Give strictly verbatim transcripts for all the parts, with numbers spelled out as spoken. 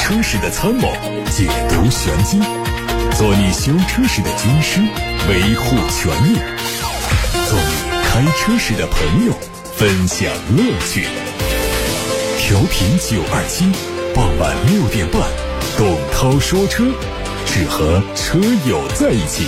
车时的参谋，解读玄机，做你修车时的军师，维护权益，做你开车时的朋友，分享乐趣。调频九二七，傍晚六点半，董涛说车，只和车友在一起。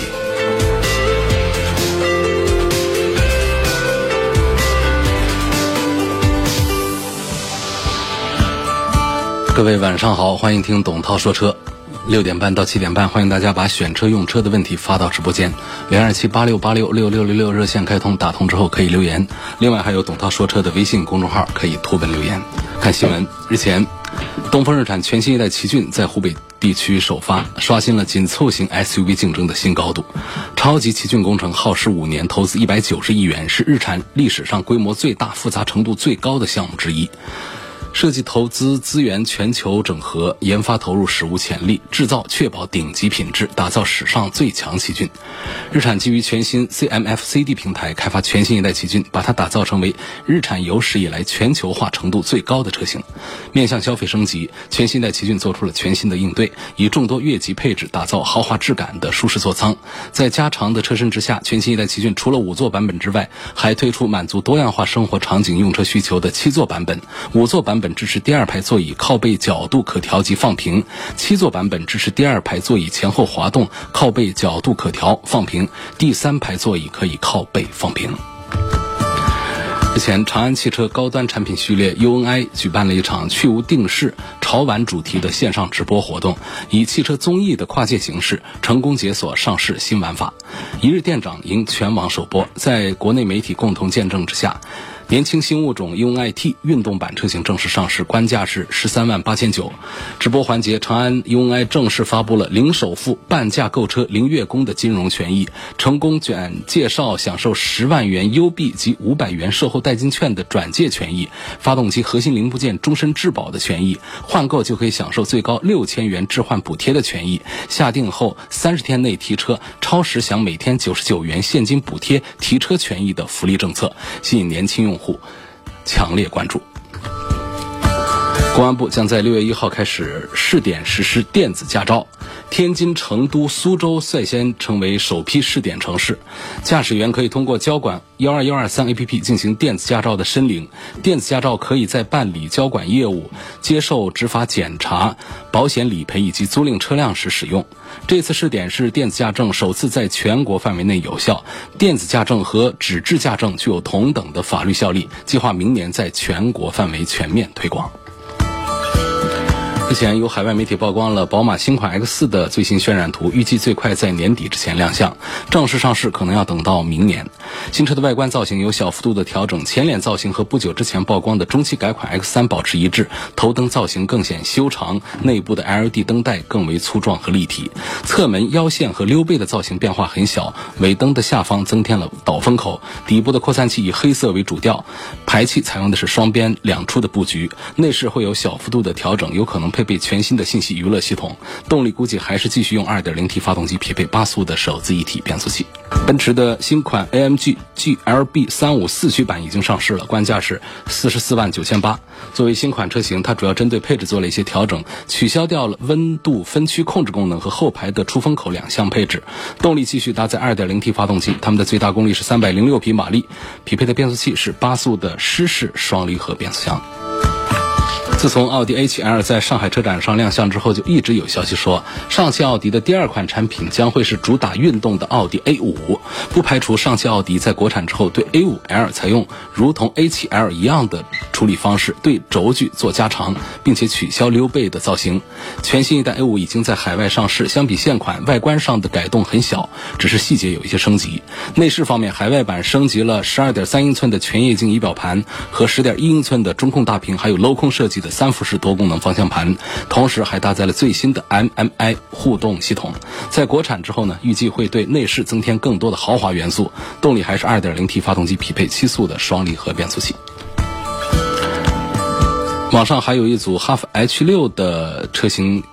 各位晚上好，欢迎听董涛说车。六点半到七点半，欢迎大家把选车用车的问题发到直播间，零二七八六八六六六六六热线开通，打通之后可以留言。另外还有董涛说车的微信公众号，可以图文留言。看新闻，日前东风日产全新一代奇骏在湖北地区首发，刷新了紧凑型 S U V 竞争的新高度。超级奇骏工程耗时五年，投资一百九十亿元，是日产历史上规模最大、复杂程度最高的项目之一。设计投资资源全球整合，研发投入史无前例，制造确保顶级品质，打造史上最强奇骏。日产基于全新 C M F C D 平台开发全新一代奇骏，把它打造成为日产有史以来全球化程度最高的车型。面向消费升级，全新一代奇骏做出了全新的应对，以众多越级配置打造豪华质感的舒适座舱。在加长的车身之下，全新一代奇骏除了五座版本之外，还推出满足多样化生活场景用车需求的七座版本。五座版本支持第二排座椅靠背角度可调及放平，七座版本支持第二排座椅前后滑动，靠背角度可调放平，第三排座椅可以靠背放平。之前长安汽车高端产品序列 U N I 举办了一场去无定式潮玩主题的线上直播活动，以汽车综艺的跨界形式成功解锁上市新玩法。一日店长迎全网首播，在国内媒体共同见证之下，年轻新物种 U N I T 运动版车型正式上市，官价是十三万八千九。直播环节，长安 U N I 正式发布了零首付、半价购车、零月供的金融权益，成功卷介绍享受十万元优币及五百元售后代金券的转借权益，发动机核心零部件终身质保的权益，换购就可以享受最高六千元置换补贴的权益，下定后三十天内提车，超时享每天九十九元现金补贴提车权益的福利政策，吸引年轻用户强烈关注。公安部将在六月一号开始试点实施电子驾照，天津、成都、苏州率先成为首批试点城市。驾驶员可以通过交管一二一二三 A P P 进行电子驾照的申领，电子驾照可以在办理交管业务、接受执法检查、保险理赔以及租赁车辆时使用。这次试点是电子驾证首次在全国范围内有效，电子驾证和纸质驾证具有同等的法律效力，计划明年在全国范围全面推广。之前有海外媒体曝光了宝马新款 X 四 的最新渲染图，预计最快在年底之前亮相，正式上市可能要等到明年。新车的外观造型有小幅度的调整，前脸造型和不久之前曝光的中期改款 X 三 保持一致，头灯造型更显修长，内部的 L E D 灯带更为粗壮和立体，侧门腰线和溜背的造型变化很小，尾灯的下方增添了导风口，底部的扩散器以黑色为主调，排气采用的是双边两出的布局，内饰会有小幅度的调整，有可能配备全新的信息娱乐系统，动力估计还是继续用 二点零 T 发动机，匹配八速的手自一体变速器。奔驰的新款 A M G G L B 三五四驱版已经上市了，官价是四十四万九千八。作为新款车型，它主要针对配置做了一些调整，取消掉了温度分区控制功能和后排的出风口两项配置。动力继续搭载 二点零 T 发动机，它们的最大功率是三百零六匹马力，匹配的变速器是八速的湿式双离合变速箱。自从奥迪 A 七 L 在上海车展上亮相之后，就一直有消息说，上汽奥迪的第二款产品将会是主打运动的奥迪 A 五，不排除上汽奥迪在国产之后对 A 五 L 采用如同 A 七 L 一样的处理方式，对轴距做加长，并且取消溜背的造型。全新一代 A 五已经在海外上市，相比现款，外观上的改动很小，只是细节有一些升级。内饰方面，海外版升级了 十二点三英寸的全液晶仪表盘和 十点一英寸的中控大屏，还有镂空设计的三辐式多功能方向盘，同时还搭载了最新的 M M I 互动系统。在国产之后呢，预计会对内饰增添更多的豪华元素，动力还是 二点零 T 发动机，匹配七速的双离合变速器。网上还有一组哈弗 H 六的车型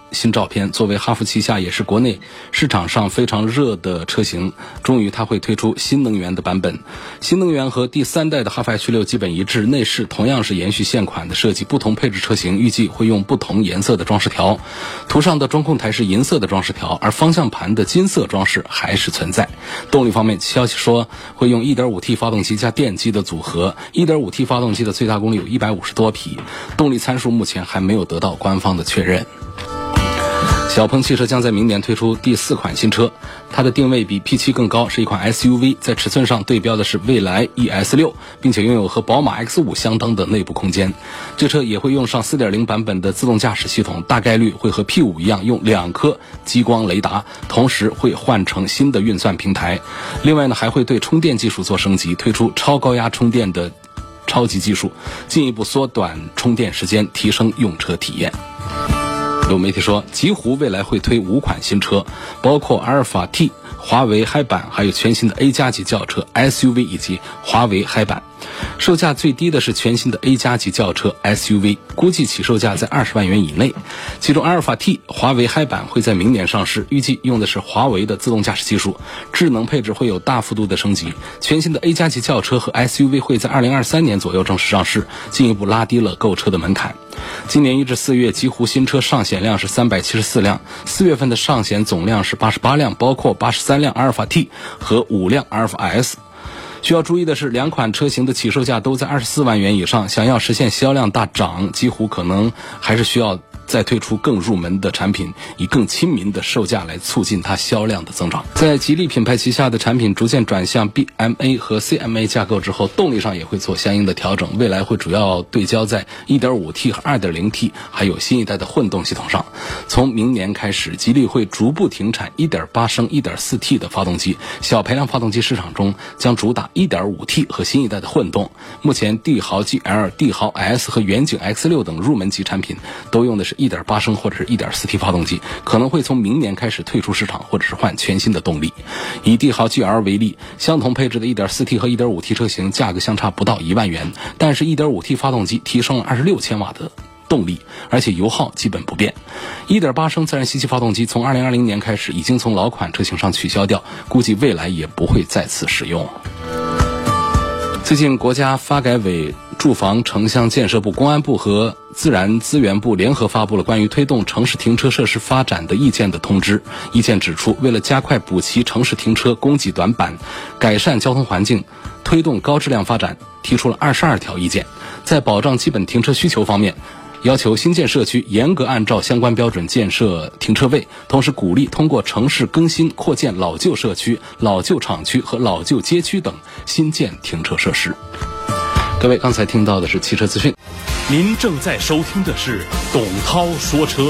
新照片。作为哈弗旗下也是国内市场上非常热的车型，终于它会推出新能源的版本。新能源和第三代的哈弗 H 六 基本一致，内饰同样是延续现款的设计，不同配置车型预计会用不同颜色的装饰条。图上的中控台是银色的装饰条，而方向盘的金色装饰还是存在。动力方面，消息说会用 一点五 T 发动机加电机的组合， 一点五 T 发动机的最大功率有一百五十多匹，动力参数目前还没有得到官方的确认。小鹏汽车将在明年推出第四款新车，它的定位比 P 七 更高，是一款 S U V， 在尺寸上对标的是蔚来 E S 六， 并且拥有和宝马 X 五 相当的内部空间。这车也会用上 四点零 版本的自动驾驶系统，大概率会和 P 五 一样用两颗激光雷达，同时会换成新的运算平台。另外呢，还会对充电技术做升级，推出超高压充电的超级技术，进一步缩短充电时间，提升用车体验。有媒体说，极狐未来会推五款新车，包括阿尔法 T、华为嗨版，还有全新的 A 加级轿车 S U V 以及华为嗨版。售价最低的是全新的 A 加级轿车 S U V， 估计起售价在二十万元以内。其中阿尔法 T、华为嗨版会在明年上市，预计用的是华为的自动驾驶技术，智能配置会有大幅度的升级。全新的 A 加级轿车和 S U V 会在二零二三年左右正式上市，进一步拉低了购车的门槛。今年一至四月，极狐新车上险量是三百七十四辆，四月份的上险总量是八十八辆，包括八十三辆阿尔法 T 和五辆阿尔法 S。需要注意的是，两款车型的起售价都在二十四万元以上，想要实现销量大涨，极狐可能还是需要再推出更入门的产品，以更亲民的售价来促进它销量的增长。在吉利品牌旗下的产品逐渐转向 B M A 和 C M A 架构之后，动力上也会做相应的调整，未来会主要对焦在 一点五 T 和 二点零 T 还有新一代的混动系统上。从明年开始，吉利会逐步停产 一点八升 一点四 T 的发动机，小排量发动机市场中将主打 一点五 T 和新一代的混动。目前帝豪 G L、帝豪 S 和远景 X 六 等入门级产品都用的是 一点八升或者是 一点四 T 发动机，可能会从明年开始退出市场，或者是换全新的动力。以帝豪 G L 为例，相同配置的 一点四 T 和 一点五 T 车型价格相差不到一万元，但是 一点五 T 发动机提升了二十六千瓦的动力，而且油耗基本不变。 一点八升自然吸气发动机从二零二零年开始已经从老款车型上取消掉，估计未来也不会再次使用。最近国家发改委、住房城乡建设部、公安部和自然资源部联合发布了关于推动城市停车设施发展的意见的通知。意见指出，为了加快补齐城市停车供给短板，改善交通环境，推动高质量发展，提出了二十二条意见。在保障基本停车需求方面，要求新建社区严格按照相关标准建设停车位，同时鼓励通过城市更新扩建老旧社区、老旧厂区和老旧街区等新建停车设施。各位刚才听到的是汽车资讯， 您正在收听的是董涛说车。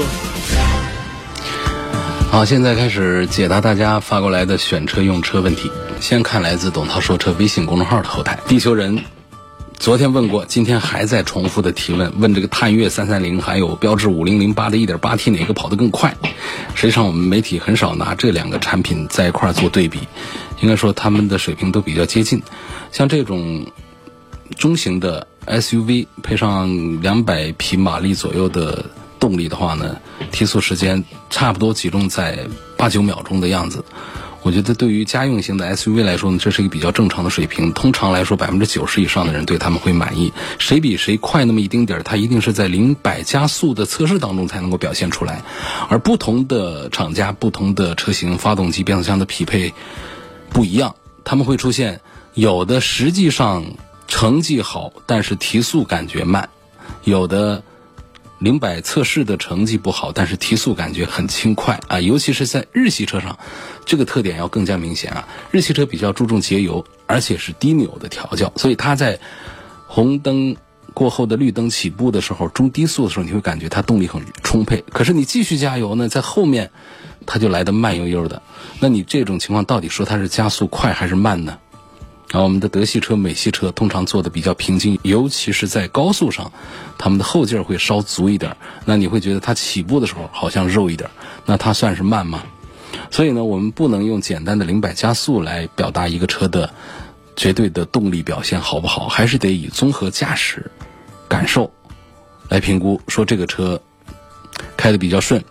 好，现在开始解答大家发过来的选车用车问题。先看来自董涛说车微信公众号的后台，地球人昨天问过，今天还在重复的提问，问这个探岳三三零还有标致五零零八的 一点八 T 哪个跑得更快。实际上我们媒体很少拿这两个产品在一块做对比，应该说他们的水平都比较接近。像这种中型的 S U V 配上两百匹马力左右的动力的话呢，提速时间差不多集中在八九秒钟的样子。我觉得对于家用型的 S U V 来说呢，这是一个比较正常的水平。通常来说 百分之九十 以上的人对他们会满意。谁比谁快那么一丁点儿，它一定是在零百加速的测试当中才能够表现出来。而不同的厂家、不同的车型、发动机、变速箱的匹配不一样，他们会出现有的实际上成绩好，但是提速感觉慢；有的零百测试的成绩不好，但是提速感觉很轻快啊！尤其是在日系车上，这个特点要更加明显啊！日系车比较注重节油，而且是低扭的调教，所以它在红灯过后的绿灯起步的时候，中低速的时候，你会感觉它动力很充沛。可是你继续加油呢，在后面它就来得慢悠悠的。那你这种情况到底说它是加速快还是慢呢？然后我们的德系车、美系车通常做的比较平静，尤其是在高速上，他们的后劲儿会稍足一点，那你会觉得它起步的时候好像肉一点，那它算是慢吗？所以呢，我们不能用简单的零百加速来表达一个车的绝对的动力表现好不好，还是得以综合驾驶感受来评估，说这个车开得比较顺，而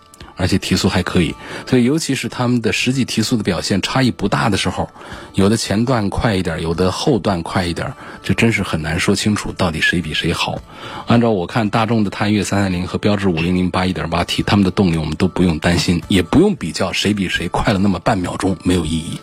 而且提速还可以。所以尤其是他们的实际提速的表现差异不大的时候，有的前段快一点，有的后段快一点，这真是很难说清楚到底谁比谁好。按照我看，大众的探岳三三零和标致五零零八 一点八 T 他们的动力我们都不用担心，也不用比较谁比谁快了那么半秒钟，没有意义。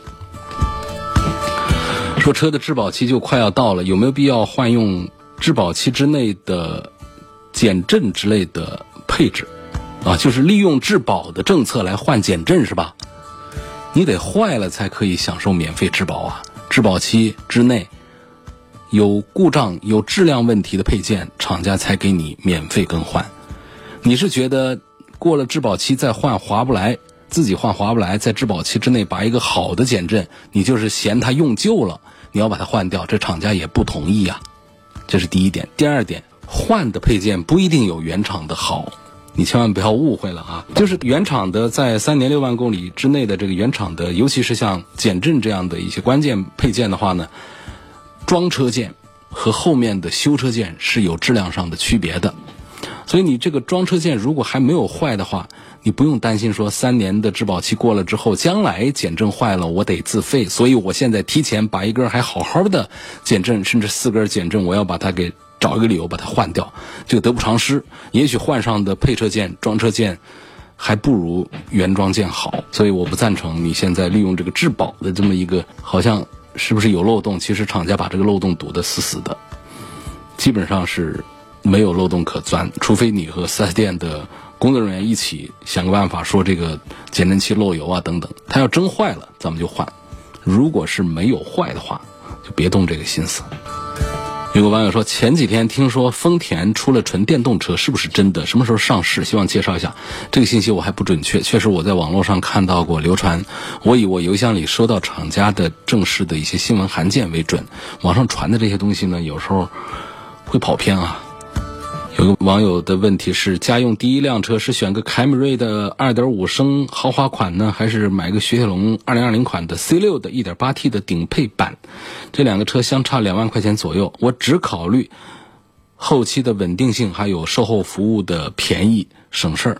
说车的质保期就快要到了，有没有必要换用质保期之内的减震之类的配置啊？就是利用质保的政策来换减震是吧？你得坏了才可以享受免费质保啊。质保期之内有故障有质量问题的配件，厂家才给你免费更换。你是觉得过了质保期再换划不来，自己换划不来，在质保期之内把一个好的减震，你就是嫌它用旧了，你要把它换掉，这厂家也不同意啊。这是第一点。第二点，换的配件不一定有原厂的好，你千万不要误会了啊！就是原厂的在三年六万公里之内的这个原厂的，尤其是像减震这样的一些关键配件的话呢，装车件和后面的修车件是有质量上的区别的。所以你这个装车件如果还没有坏的话，你不用担心说三年的质保期过了之后，将来减震坏了我得自费，所以我现在提前把一根还好好的减震，甚至四根减震，我要把它给找一个理由把它换掉，这个得不偿失。也许换上的配车件装车件还不如原装件好，所以我不赞成你现在利用这个质保的这么一个好像是不是有漏洞，其实厂家把这个漏洞堵得死死的，基本上是没有漏洞可钻，除非你和 四 S 店的工作人员一起想个办法说这个减震器漏油啊等等，它要真坏了咱们就换，如果是没有坏的话就别动这个心思。有个网友说，前几天听说丰田出了纯电动车，是不是真的？什么时候上市？希望介绍一下。这个信息我还不准确，确实我在网络上看到过流传，我以我邮箱里收到厂家的正式的一些新闻函件为准，网上传的这些东西呢有时候会跑偏啊。有个网友的问题是，家用第一辆车是选个凯美瑞的 二点五 升豪华款呢，还是买个雪铁龙二零二零款的 C 六 的 一点八 T 的顶配版？这两个车相差两万块钱左右，我只考虑后期的稳定性还有售后服务的便宜省事儿。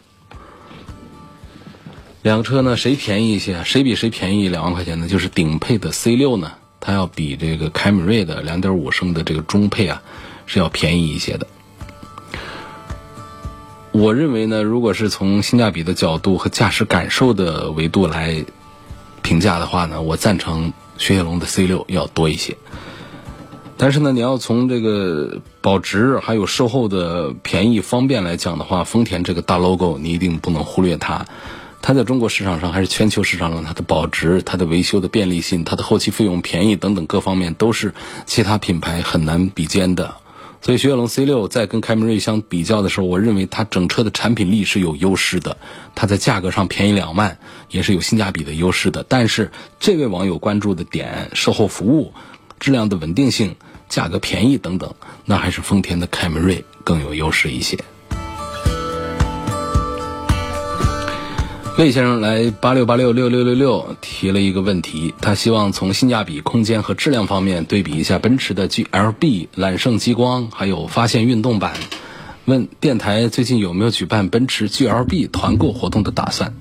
两个车呢谁便宜一些？谁比谁便宜两万块钱呢？就是顶配的 C 六 呢，它要比这个凯美瑞的 两点五 升的这个中配啊是要便宜一些的。我认为呢，如果是从性价比的角度和驾驶感受的维度来评价的话呢，我赞成雪铁龙的 C 六 要多一些。但是呢，你要从这个保值还有售后的便宜方便来讲的话，丰田这个大 logo 你一定不能忽略它。它在中国市场上还是全球市场上，它的保值、它的维修的便利性、它的后期费用便宜等等各方面都是其他品牌很难比肩的。所以雪铁龙 C 六 在跟凯美瑞相比较的时候，我认为它整车的产品力是有优势的，它在价格上便宜两万也是有性价比的优势的。但是这位网友关注的点，售后服务、质量的稳定性、价格便宜等等，那还是丰田的凯美瑞更有优势一些。魏先生来八六八六六六六六提了一个问题，他希望从性价比、空间和质量方面对比一下奔驰的 G L B、揽胜极光还有发现运动版，问电台最近有没有举办奔驰 G L B 团购活动的打算。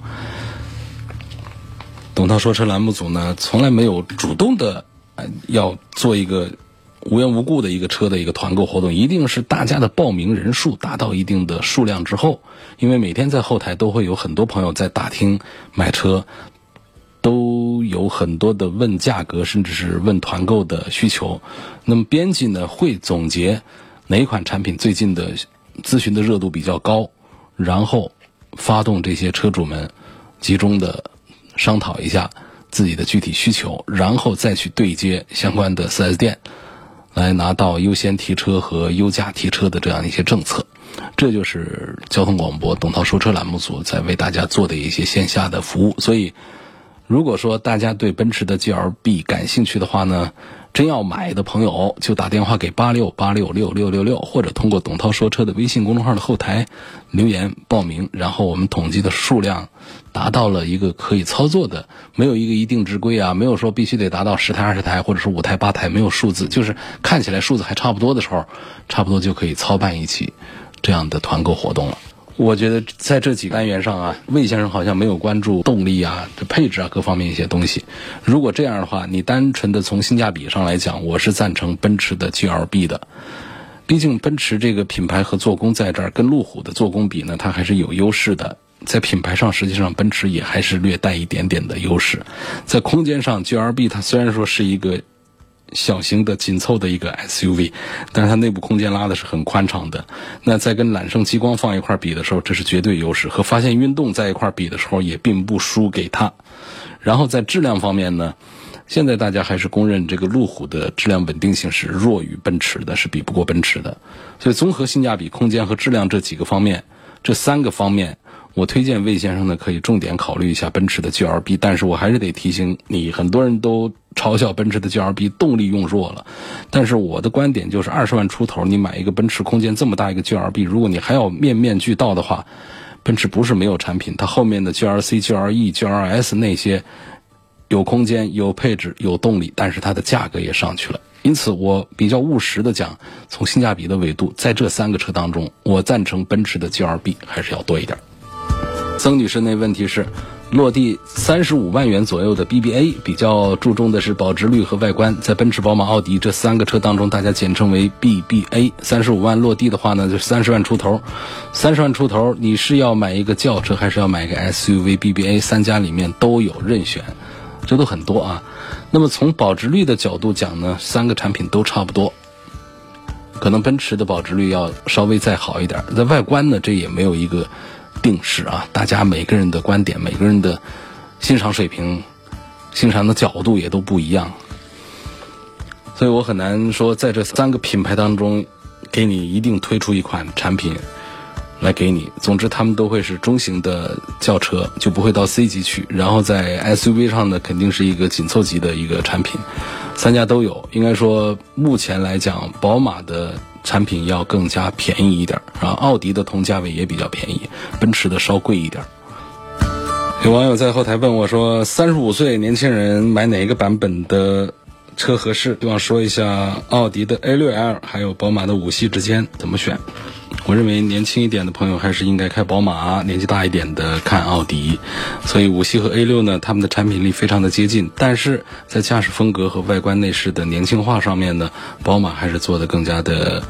董涛说车栏目组呢从来没有主动的、呃、要做一个无缘无故的一个车的一个团购活动，一定是大家的报名人数达到一定的数量之后，因为每天在后台都会有很多朋友在打听买车，都有很多的问价格甚至是问团购的需求，那么编辑呢会总结哪一款产品最近的咨询的热度比较高，然后发动这些车主们集中的商讨一下自己的具体需求，然后再去对接相关的 四 S 店，来拿到优先提车和优价提车的这样一些政策。这就是交通广播董涛说车栏目组在为大家做的一些线下的服务。所以如果说大家对奔驰的 G L B 感兴趣的话呢，真要买的朋友就打电话给八六八六六六六六，或者通过董涛说车的微信公众号的后台留言报名，然后我们统计的数量达到了一个可以操作的，没有一个一定之规啊，没有说必须得达到十台二十台或者是五台八台，没有数字，就是看起来数字还差不多的时候，差不多就可以操办一起这样的团购活动了。 我觉得在这几个单元上啊，魏先生好像没有关注动力啊、这配置啊各方面一些东西。如果这样的话，你单纯的从性价比上来讲，我是赞成奔驰的 G L B 的。毕竟奔驰这个品牌和做工在这儿跟路虎的做工比呢，它还是有优势的。在品牌上，实际上奔驰也还是略带一点点的优势。在空间上 ，G L B 它虽然说是一个小型的紧凑的一个 S U V， 但是它内部空间拉的是很宽敞的。那在跟揽胜极光放一块比的时候，这是绝对优势。和发现运动在一块比的时候，也并不输给它。然后在质量方面呢，现在大家还是公认这个路虎的质量稳定性是弱于奔驰的，是比不过奔驰的。所以综合性价比、空间和质量这几个方面，这三个方面，我推荐魏先生呢可以重点考虑一下奔驰的 G L B。 但是我还是得提醒你，很多人都嘲笑奔驰的 G L B 动力用弱了，但是我的观点就是二十万出头你买一个奔驰空间这么大一个 G L B， 如果你还要面面俱到的话，奔驰不是没有产品，它后面的 G L C、G L E、G L S 那些有空间、有配置、有动力，但是它的价格也上去了。因此我比较务实的讲，从性价比的维度，在这三个车当中，我赞成奔驰的 G L B 还是要多一点。曾女士那问题是，落地三十五万元左右的 B B A 比较注重的是保值率和外观，在奔驰、宝马、奥迪这三个车当中，大家简称为 B B A。 三十五万落地的话呢，就三十万出头。三十万出头，你是要买一个轿车还是要买一个 S U V？ B B A 三家里面都有任选，这都很多啊。那么从保值率的角度讲呢，三个产品都差不多，可能奔驰的保值率要稍微再好一点。在外观呢，这也没有一个定式啊，大家每个人的观点、每个人的欣赏水平、欣赏的角度也都不一样，所以我很难说在这三个品牌当中给你一定推出一款产品来给你。总之他们都会是中型的轿车，就不会到 C 级去，然后在 S U V 上呢肯定是一个紧凑级的一个产品，三家都有。应该说目前来讲，宝马的产品要更加便宜一点，然后奥迪的同价位也比较便宜，奔驰的稍贵一点。有网友在后台问我说，三十五岁年轻人买哪个版本的车合适？希望说一下奥迪的 A 六 L 还有宝马的五系之间怎么选。我认为年轻一点的朋友还是应该开宝马，年纪大一点的看奥迪。所以五系和 A 六 呢，他们的产品力非常的接近，但是在驾驶风格和外观内饰的年轻化上面呢，宝马还是做得更加的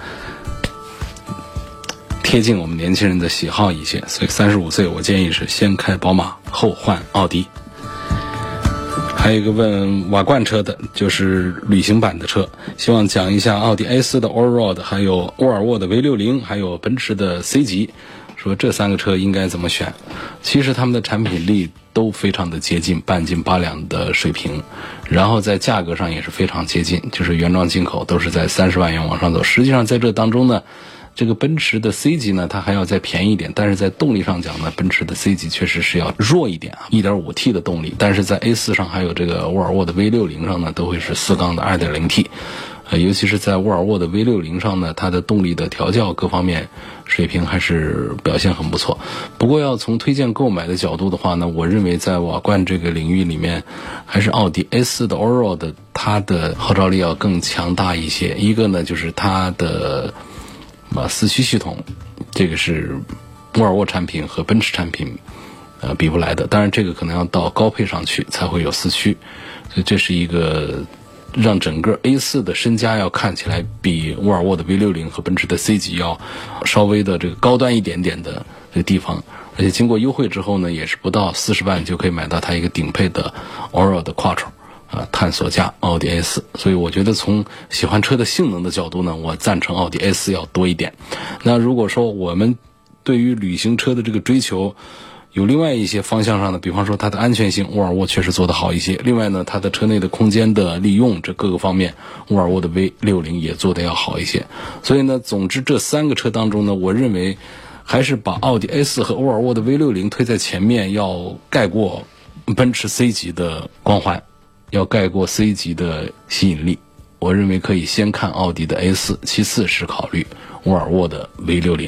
贴近我们年轻人的喜好一些。所以三十五岁我建议是先开宝马后换奥迪。还有一个问瓦罐车的，就是旅行版的车，希望讲一下奥迪 A 四 的 Allroad， 还有沃尔沃的 V 六十， 还有奔驰的 C 级，说这三个车应该怎么选。其实他们的产品力都非常的接近，半斤八两的水平，然后在价格上也是非常接近，就是原装进口都是在三十万元往上走。实际上在这当中呢，这个奔驰的 C 级呢，它还要再便宜一点，但是在动力上讲呢，奔驰的 C 级确实是要弱一点啊 ，一点五 T 的动力，但是在 A 四 上还有这个沃尔沃的 V 六十 上呢，都会是四缸的 二点零 T， 呃，尤其是在沃尔沃的 V 六十 上呢，它的动力的调教各方面水平还是表现很不错。不过要从推荐购买的角度的话呢，我认为在瓦罐这个领域里面，还是奥迪 A 四 的 Allroad 它的号召力要更强大一些。一个呢就是它的啊，四驱系统，这个是沃尔沃产品和奔驰产品呃比不来的。当然这个可能要到高配上去才会有四驱，所以这是一个让整个 A 四 的身家要看起来比沃尔沃的 V 六十 和奔驰的 C 级要稍微的这个高端一点点的这个地方。而且经过优惠之后呢，也是不到四十万就可以买到它一个顶配的 Allroad 的 Quattro啊，探索家奥迪 A 四， 所以我觉得从喜欢车的性能的角度呢，我赞成奥迪 A 四 要多一点。那如果说我们对于旅行车的这个追求有另外一些方向上的，比方说它的安全性，沃尔沃确实做得好一些。另外呢，它的车内的空间的利用，这各个方面，沃尔沃的 V 六十 也做得要好一些。所以呢，总之这三个车当中呢，我认为还是把奥迪 A 四 和沃尔沃的 V 六十 推在前面，要盖过奔驰 C 级的光环，要盖过 C 级的吸引力。我认为可以先看奥迪的 A 四， 其次是考虑沃尔沃的 V 六十。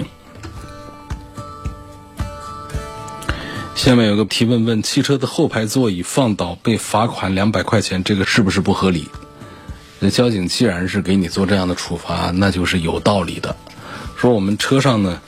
下面有个提问问，汽车的后排座椅放倒被罚款两百块钱，这个是不是不合理？那交警既然是给你做这样的处罚，那就是有道理的。说我们车上呢，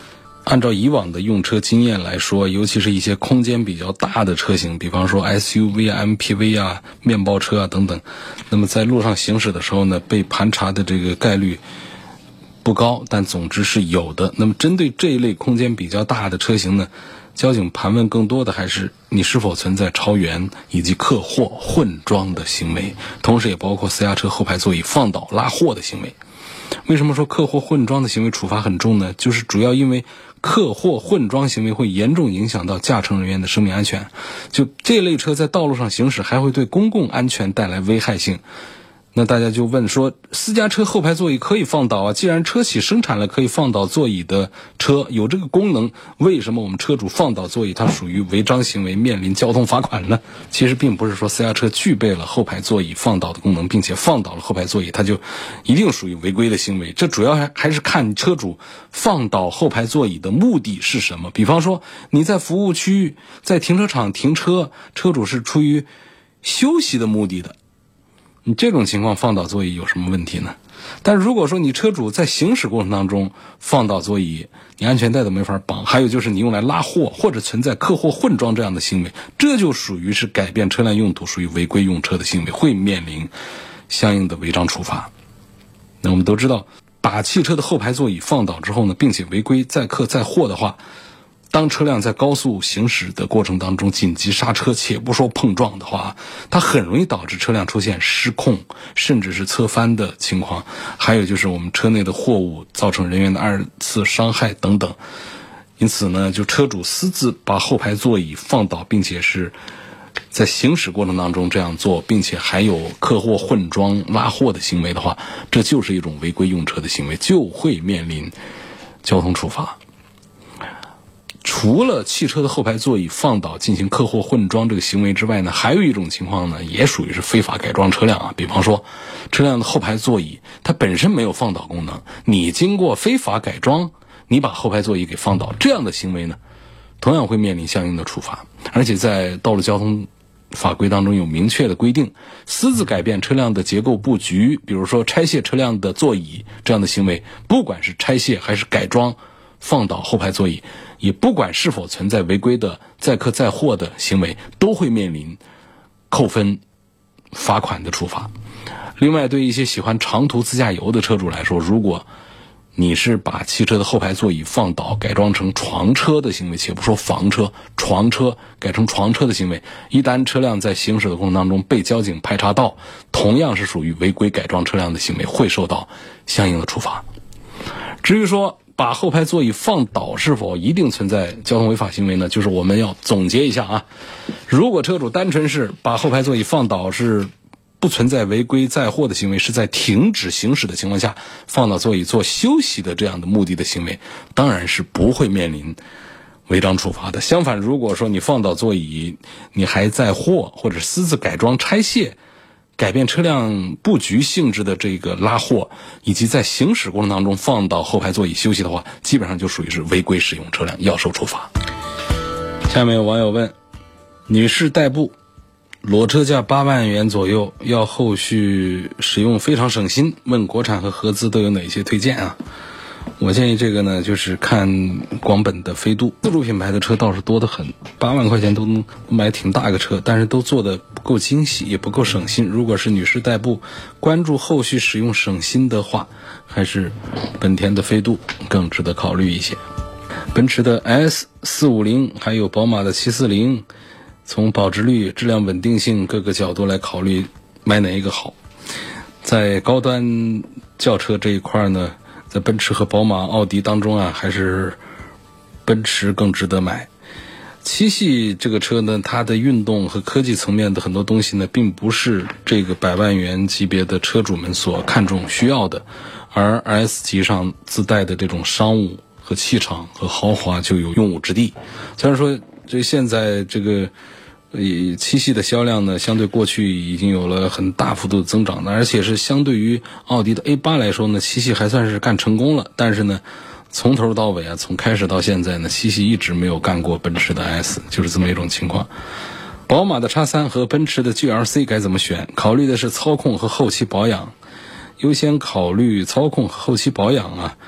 按照以往的用车经验来说，尤其是一些空间比较大的车型，比方说 S U V 啊、M P V 啊、面包车啊等等，那么在路上行驶的时候呢，被盘查的这个概率不高，但总之是有的。那么针对这一类空间比较大的车型呢，交警盘问更多的还是你是否存在超员以及客货混装的行为，同时也包括私家车后排座椅放倒拉货的行为。为什么说客货混装的行为处罚很重呢？就是主要因为客货混装行为会严重影响到驾乘人员的生命安全，就这类车在道路上行驶还会对公共安全带来危害性。那大家就问说，私家车后排座椅可以放倒啊，既然车企生产了可以放倒座椅的车，有这个功能，为什么我们车主放倒座椅它属于违章行为，面临交通罚款呢？其实并不是说私家车具备了后排座椅放倒的功能，并且放倒了后排座椅它就一定属于违规的行为，这主要还还是看车主放倒后排座椅的目的是什么。比方说你在服务区在停车场停车，车主是出于休息的目的的，你这种情况放倒座椅有什么问题呢？但如果说你车主在行驶过程当中放倒座椅，你安全带都没法绑，还有就是你用来拉货或者存在客货混装这样的行为，这就属于是改变车辆用途，属于违规用车的行为，会面临相应的违章处罚。那我们都知道，把汽车的后排座椅放倒之后呢，并且违规载客载货的话，当车辆在高速行驶的过程当中紧急刹车，且不说碰撞的话，它很容易导致车辆出现失控甚至是侧翻的情况，还有就是我们车内的货物造成人员的二次伤害等等。因此呢，就车主私自把后排座椅放倒，并且是在行驶过程当中这样做，并且还有客货混装拉货的行为的话，这就是一种违规用车的行为，就会面临交通处罚。除了汽车的后排座椅放倒进行客货混装这个行为之外呢，还有一种情况呢，也属于是非法改装车辆啊。比方说，车辆的后排座椅它本身没有放倒功能，你经过非法改装，你把后排座椅给放倒，这样的行为呢，同样会面临相应的处罚。而且在道路交通法规当中有明确的规定，私自改变车辆的结构布局，比如说拆卸车辆的座椅这样的行为，不管是拆卸还是改装放倒后排座椅，也不管是否存在违规的载客载货的行为，都会面临扣分罚款的处罚。另外，对一些喜欢长途自驾游的车主来说，如果你是把汽车的后排座椅放倒改装成床车的行为，且不说房车，床车改成床车的行为，一旦车辆在行驶的过程当中被交警排查到，同样是属于违规改装车辆的行为，会受到相应的处罚。至于说把后排座椅放倒是否一定存在交通违法行为呢？就是我们要总结一下啊，如果车主单纯是把后排座椅放倒是不存在违规载货的行为，是在停止行驶的情况下放倒座椅做休息的这样的目的的行为，当然是不会面临违章处罚的。相反，如果说你放倒座椅，你还载货或者私自改装拆卸改变车辆布局性质的这个拉货，以及在行驶过程当中放倒后排座椅休息的话，基本上就属于是违规使用车辆，要受处罚。下面有网友问，女士代步裸车价八万元左右，要后续使用非常省心，问国产和合资都有哪些推荐啊？我建议这个呢，就是看广本的飞度，自主品牌的车倒是多得很，八万块钱都能买挺大个车，但是都做的不够精细，也不够省心。如果是女士代步，关注后续使用省心的话，还是本田的飞度更值得考虑一些。奔驰的 S 四五零 还有宝马的七四零，从保值率、质量稳定性各个角度来考虑买哪一个好。在高端轿车这一块呢，在奔驰和宝马、奥迪当中啊，还是奔驰更值得买。七系这个车呢，它的运动和科技层面的很多东西呢，并不是这个百万元级别的车主们所看重需要的，而 S 级上自带的这种商务和气场和豪华就有用武之地。虽然说这现在这个呃七系的销量呢，相对过去已经有了很大幅度的增长的，而且是相对于奥迪的 A 八 来说呢，七系还算是干成功了。但是呢，从头到尾啊，从开始到现在呢，七系一直没有干过奔驰的 S， 就是这么一种情况。宝马的 X 三 和奔驰的 G L C 该怎么选？考虑的是操控和后期保养，优先考虑操控和后期保养啊。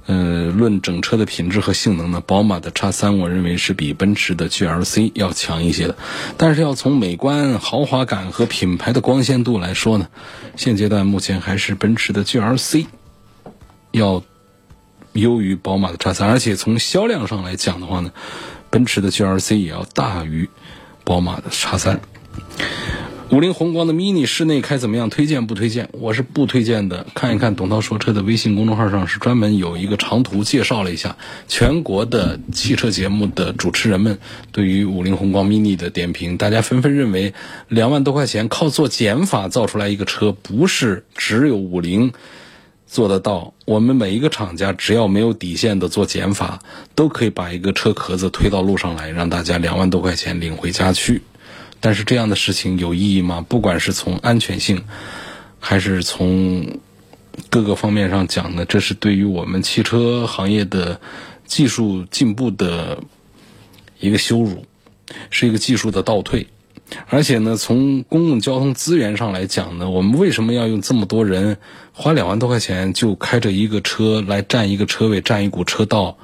呃，论整车的品质和性能呢，宝马的 X 三 我认为是比奔驰的 G L C 要强一些的。但是要从美观、豪华感和品牌的光鲜度来说呢，现阶段目前还是奔驰的 G L C 要优于宝马的 X 三，而且从销量上来讲的话呢，奔驰的 G L C 也要大于宝马的 X 三。五菱宏光的 mini 室内开怎么样？推荐不推荐？我是不推荐的。看一看董涛说车的微信公众号上是专门有一个长图介绍了一下全国的汽车节目的主持人们对于五菱宏光 mini 的点评。大家纷纷认为两万多块钱靠做减法造出来一个车，不是只有五菱做得到。我们每一个厂家只要没有底线的做减法，都可以把一个车壳子推到路上来，让大家两万多块钱领回家去。但是这样的事情有意义吗？不管是从安全性还是从各个方面上讲呢，这是对于我们汽车行业的技术进步的一个羞辱，是一个技术的倒退。而且呢，从公共交通资源上来讲呢，我们为什么要用这么多人花两万多块钱就开着一个车来占一个车位，占一股车道，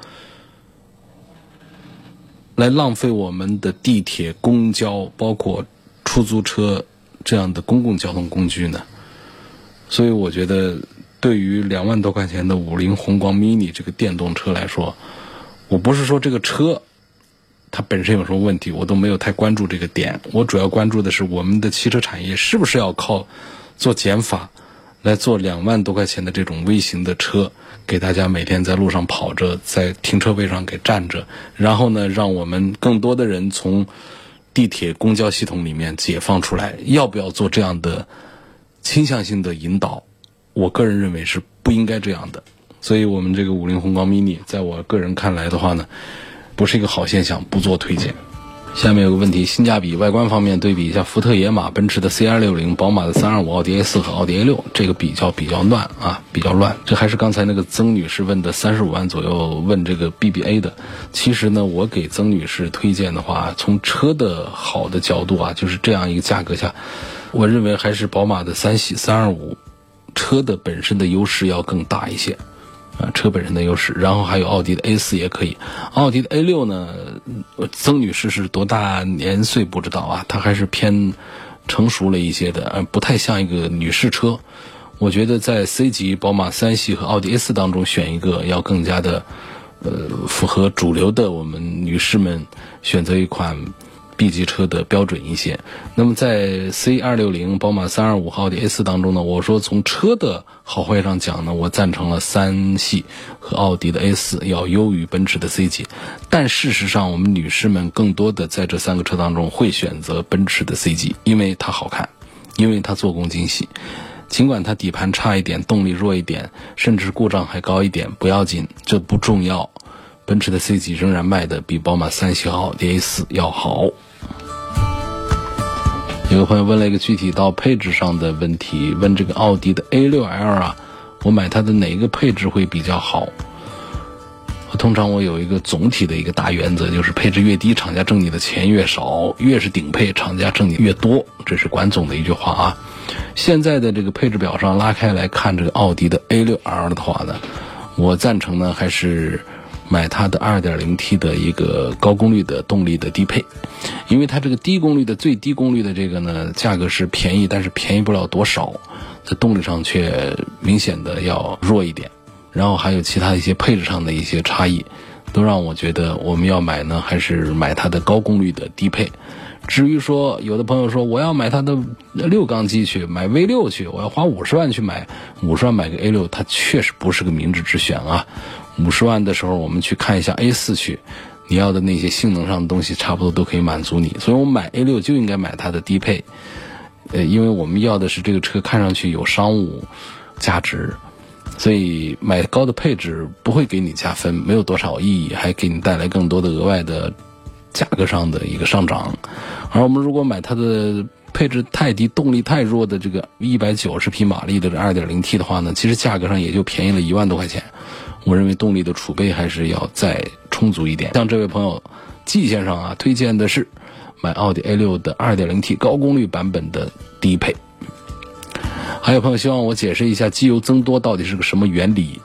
来浪费我们的地铁、公交包括出租车这样的公共交通工具呢？所以我觉得对于两万多块钱的五菱宏光 mini 这个电动车来说，我不是说这个车它本身有什么问题，我都没有太关注这个点。我主要关注的是我们的汽车产业是不是要靠做减法来做两万多块钱的这种微型的车，给大家每天在路上跑着，在停车位上给站着，然后呢，让我们更多的人从地铁公交系统里面解放出来。要不要做这样的倾向性的引导？我个人认为是不应该这样的。所以我们这个五菱宏光 mini 在我个人看来的话呢，不是一个好现象，不做推荐。下面有个问题，性价比外观方面对比一下福特野马、奔驰的 C 二六零、宝马的三二五、奥迪 A 四和奥迪 A 六，这个比较比较乱啊，比较乱。这还是刚才那个曾女士问的三十五万左右问这个 B B A 的。其实呢，我给曾女士推荐的话，从车的好的角度啊，就是这样一个价格下，我认为还是宝马的三系三二五车的本身的优势要更大一些。啊，车本身的优势，然后还有奥迪的 A 四 也可以。奥迪的 A 六呢，曾女士是多大年岁不知道啊，她还是偏成熟了一些的，呃，不太像一个女士车。我觉得在 C 级宝马三系和奥迪 A 四 当中选一个，要更加的呃符合主流的我们女士们选择一款B 级车的标准一些。那么在 C 二六零、宝马三二五、奥迪 A 四 当中呢，我说从车的好坏上讲呢，我赞成了三系和奥迪的 A 四 要优于奔驰的 C 级。但事实上我们女士们更多的在这三个车当中会选择奔驰的 C 级，因为它好看，因为它做工精细。尽管它底盘差一点，动力弱一点，甚至故障还高一点，不要紧，这不重要。奔驰的 C 级仍然卖的比宝马三系和奥迪 A 四 要好。有个朋友问了一个具体到配置上的问题，问这个奥迪的 A 六 L 啊，我买它的哪一个配置会比较好？通常我有一个总体的一个大原则，就是配置越低，厂家挣你的钱越少；越是顶配，厂家挣你越多。这是管总的一句话啊。现在的这个配置表上拉开来看，这个奥迪的 A 六 L 的话呢，我赞成呢还是买它的 二点零 T 的一个高功率的动力的低配，因为它这个低功率的最低功率的这个呢，价格是便宜，但是便宜不了多少，在动力上却明显的要弱一点。然后还有其他一些配置上的一些差异，都让我觉得我们要买呢，还是买它的高功率的低配。至于说有的朋友说我要买它的六缸机去，买 V 六 去，我要花五十万去买五十万买个 A 六， 它确实不是个明智之选啊。五十万的时候我们去看一下 A 四 去，你要的那些性能上的东西差不多都可以满足你，所以我们买 A 六 就应该买它的低配。呃，因为我们要的是这个车看上去有商务价值，所以买高的配置不会给你加分，没有多少意义，还给你带来更多的额外的价格上的一个上涨。而我们如果买它的配置太低、动力太弱的这个一百九十匹马力的 二点零 T 的话呢，其实价格上也就便宜了一万多块钱。我认为动力的储备还是要再充足一点。像这位朋友季先生啊，推荐的是买奥迪 A 六 的 二点零 T 高功率版本的低配。还有朋友希望我解释一下机油增多到底是个什么原理。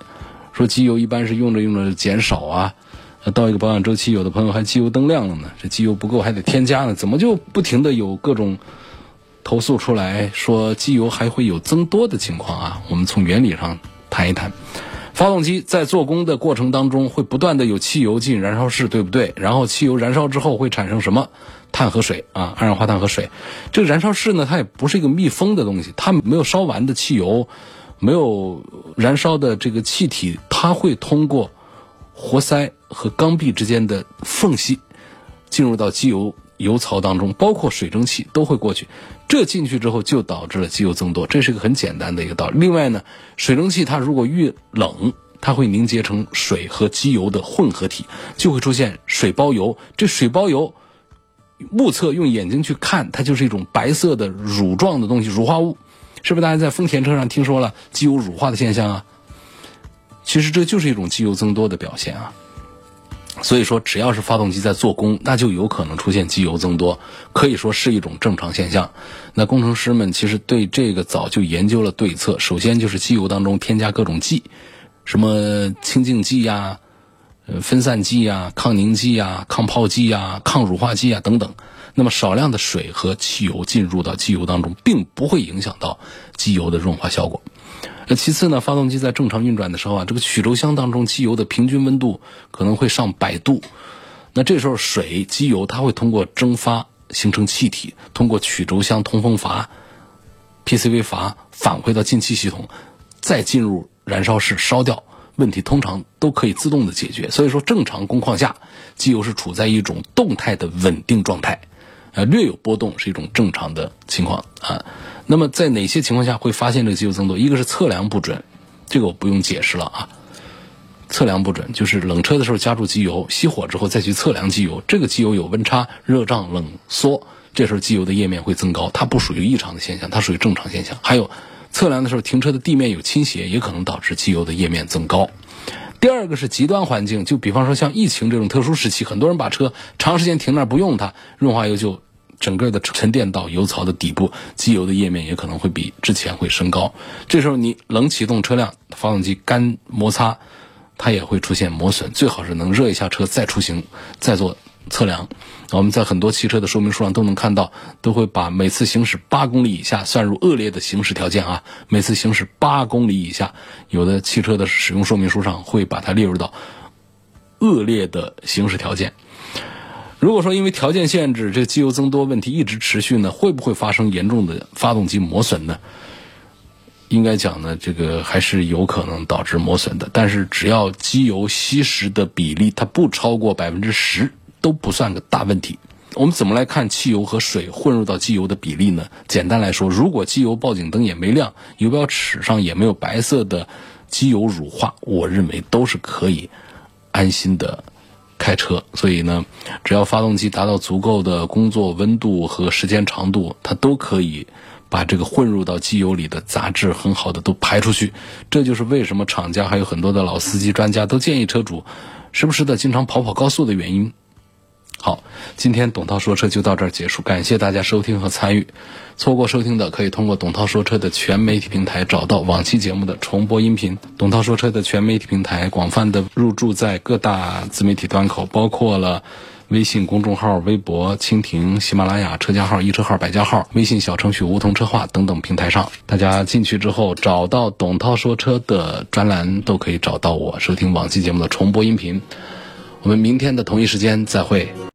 说机油一般是用着用着减少啊，到一个保养周期，有的朋友还机油灯亮了呢，这机油不够还得添加呢，怎么就不停的有各种投诉出来说机油还会有增多的情况啊？我们从原理上谈一谈。发动机在做工的过程当中会不断的有汽油进燃烧室，对不对？然后汽油燃烧之后会产生什么？碳和水啊，二氧化碳和水。这个燃烧室呢，它也不是一个密封的东西，它没有烧完的汽油，没有燃烧的这个气体，它会通过活塞和缸壁之间的缝隙进入到机油油槽当中，包括水蒸气都会过去，这进去之后就导致了机油增多，这是个很简单的一个道理。另外呢，水蒸气它如果遇冷，它会凝结成水和机油的混合体，就会出现水包油。这水包油目测用眼睛去看，它就是一种白色的乳状的东西，乳化物。是不是大家在丰田车上听说了机油乳化的现象啊？其实这就是一种机油增多的表现啊。所以说只要是发动机在做工，那就有可能出现机油增多，可以说是一种正常现象。那工程师们其实对这个早就研究了对策，首先就是机油当中添加各种剂，什么清净剂呀、呃分散剂呀、抗凝剂呀、抗泡剂呀、抗乳化剂呀等等。那么少量的水和汽油进入到机油当中，并不会影响到机油的润滑效果。那其次呢，发动机在正常运转的时候啊，这个曲轴箱当中机油的平均温度可能会上百度。那这时候水、机油它会通过蒸发形成气体，通过曲轴箱通风阀、P C V 阀返回到进气系统，再进入燃烧室烧掉。问题通常都可以自动的解决。所以说正常工况下，机油是处在一种动态的稳定状态。呃，略有波动是一种正常的情况啊。那么在哪些情况下会发现这个机油增多？一个是测量不准，这个我不用解释了啊。测量不准就是冷车的时候加注机油，熄火之后再去测量机油，这个机油有温差、热胀、冷缩，这时候机油的液面会增高，它不属于异常的现象，它属于正常现象。还有测量的时候停车的地面有倾斜，也可能导致机油的液面增高。第二个是极端环境，就比方说像疫情这种特殊时期，很多人把车长时间停那儿不用它，润滑油就整个的沉淀到油槽的底部，机油的液面也可能会比之前会升高。这时候你冷启动车辆，发动机干摩擦，它也会出现磨损，最好是能热一下车再出行再做测量。我们在很多汽车的说明书上都能看到，都会把每次行驶八公里以下算入恶劣的行驶条件啊。每次行驶八公里以下，有的汽车的使用说明书上会把它列入到恶劣的行驶条件。如果说因为条件限制，这个机油增多问题一直持续呢，会不会发生严重的发动机磨损呢？应该讲呢，这个还是有可能导致磨损的。但是只要机油稀释的比例它不超过百分之十，都不算个大问题。我们怎么来看汽油和水混入到机油的比例呢？简单来说，如果机油报警灯也没亮，油标尺上也没有白色的机油乳化，我认为都是可以安心的开车。所以呢，只要发动机达到足够的工作温度和时间长度，它都可以把这个混入到机油里的杂质很好的都排出去。这就是为什么厂家还有很多的老司机专家都建议车主时不时的经常跑跑高速的原因。好，今天董涛说车就到这儿结束，感谢大家收听和参与。错过收听的可以通过董涛说车的全媒体平台找到往期节目的重播音频。董涛说车的全媒体平台广泛的入驻在各大自媒体端口，包括了微信公众号、微博、蜻蜓、喜马拉雅、车家号、一车号、百家号、微信小程序梧桐车话等等平台上。大家进去之后找到董涛说车的专栏，都可以找到我，收听往期节目的重播音频。我们明天的同一时间再会。